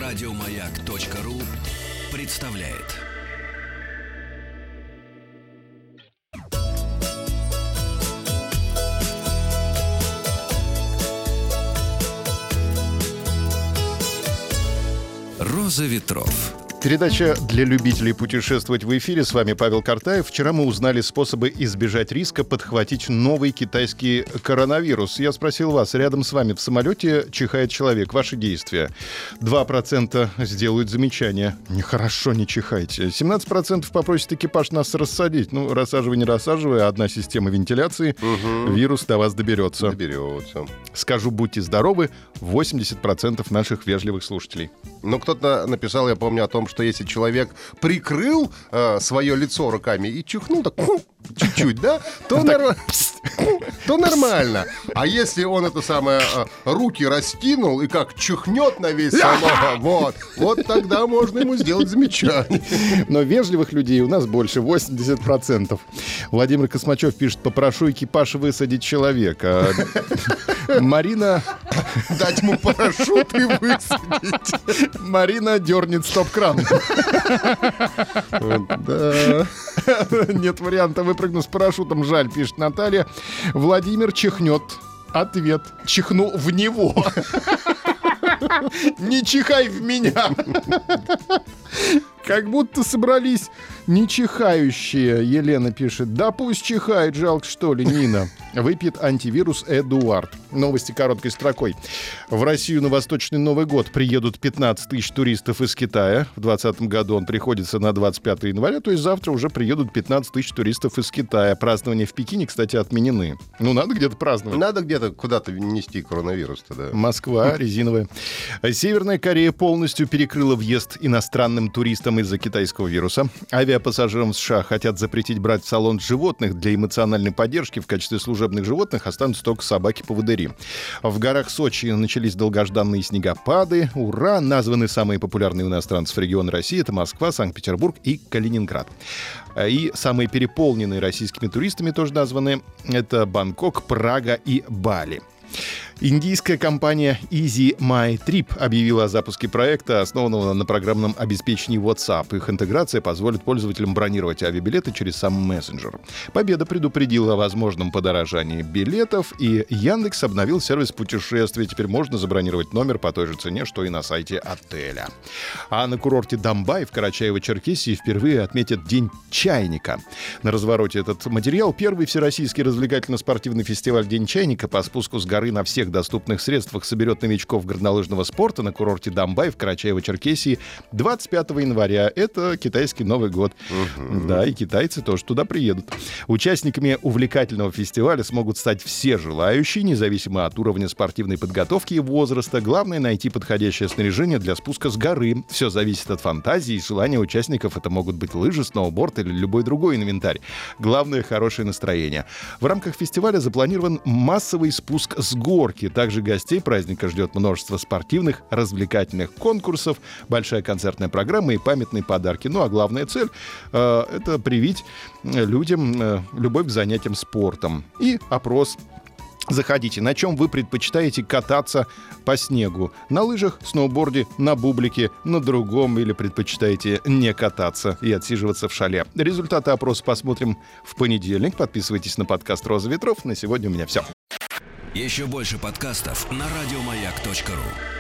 Радиомаяк.ру представляет. «Роза ветров». Передача для любителей путешествовать в эфире. С вами Павел Картаев. Вчера мы узнали способы избежать риска подхватить новый китайский коронавирус. Я спросил вас, рядом с вами в самолете чихает человек. Ваши действия. 2% сделают замечание. Нехорошо, не чихайте. 17% попросят экипаж нас рассадить. Ну, рассаживай, не рассаживай, одна система вентиляции. Вирус до вас доберется. Скажу, будьте здоровы, 80% наших вежливых слушателей. Ну, кто-то написал, я помню, о том, что если человек прикрыл свое лицо руками и чихнул так чуть-чуть, да, то нормально. А если он это самое руки раскинул и как чихнет на весь салон, вот тогда можно ему сделать замечание. Но вежливых людей у нас больше, 80%. Владимир Космачев пишет: попрошу экипаж высадить человека. Марина... Дать ему парашют и высадить. Марина дернет стоп-кран. Да. Нет варианта, выпрыгну с парашютом, жаль, пишет Наталья. Владимир чихнет. Ответ: чихну в него. Не чихай в меня. Как будто собрались нечихающие. Елена пишет: да пусть чихает, жалко что ли, Нина. Выпьет антивирус Эдуард. Новости короткой строкой. В Россию на Восточный Новый год приедут 15 тысяч туристов из Китая. В 2020 году он приходится на 25 января, то есть завтра уже приедут 15 тысяч туристов из Китая. Празднования в Пекине, кстати, отменены. Ну, надо где-то праздновать. Надо где-то куда-то нести коронавирус-то, да. Москва, резиновая. Северная Корея полностью перекрыла въезд иностранным туристам из-за китайского вируса. Авиапассажирам в США хотят запретить брать в салон животных для эмоциональной поддержки. В качестве служебных животных останутся только собаки-поводыри. В горах Сочи начались долгожданные снегопады. Ура! Названы самые популярные у иностранцев регионы России. Это Москва, Санкт-Петербург и Калининград. И самые переполненные российскими туристами тоже названы. Это Бангкок, Прага и Бали. Индийская компания Easy My Trip объявила о запуске проекта, основанного на программном обеспечении WhatsApp. Их интеграция позволит пользователям бронировать авиабилеты через сам мессенджер. Победа предупредила о возможном подорожании билетов, и Яндекс обновил сервис путешествий. Теперь можно забронировать номер по той же цене, что и на сайте отеля. А на курорте Домбай в Карачаево-Черкесии впервые отметят День чайника. На развороте этот материал — первый всероссийский развлекательно-спортивный фестиваль День чайника по спуску с горы на всех доступных средствах соберет новичков горнолыжного спорта на курорте Домбай в Карачаево-Черкесии 25 января. Это китайский Новый год. Да, и китайцы тоже туда приедут. Участниками увлекательного фестиваля смогут стать все желающие, независимо от уровня спортивной подготовки и возраста. Главное — найти подходящее снаряжение для спуска с горы. Все зависит от фантазии и желания участников. Это могут быть лыжи, сноуборд или любой другой инвентарь. Главное — хорошее настроение. В рамках фестиваля запланирован массовый спуск с горки. Также гостей праздника ждет множество спортивных, развлекательных конкурсов, большая концертная программа и памятные подарки. Ну а главная цель — это привить людям любовь к занятиям спортом. И опрос. Заходите. На чем вы предпочитаете кататься по снегу? На лыжах, сноуборде, на бублике, на другом, или предпочитаете не кататься и отсиживаться в шале? Результаты опроса посмотрим в понедельник. Подписывайтесь на подкаст «Роза ветров». На сегодня у меня все. Еще больше подкастов на радиомаяк.ру.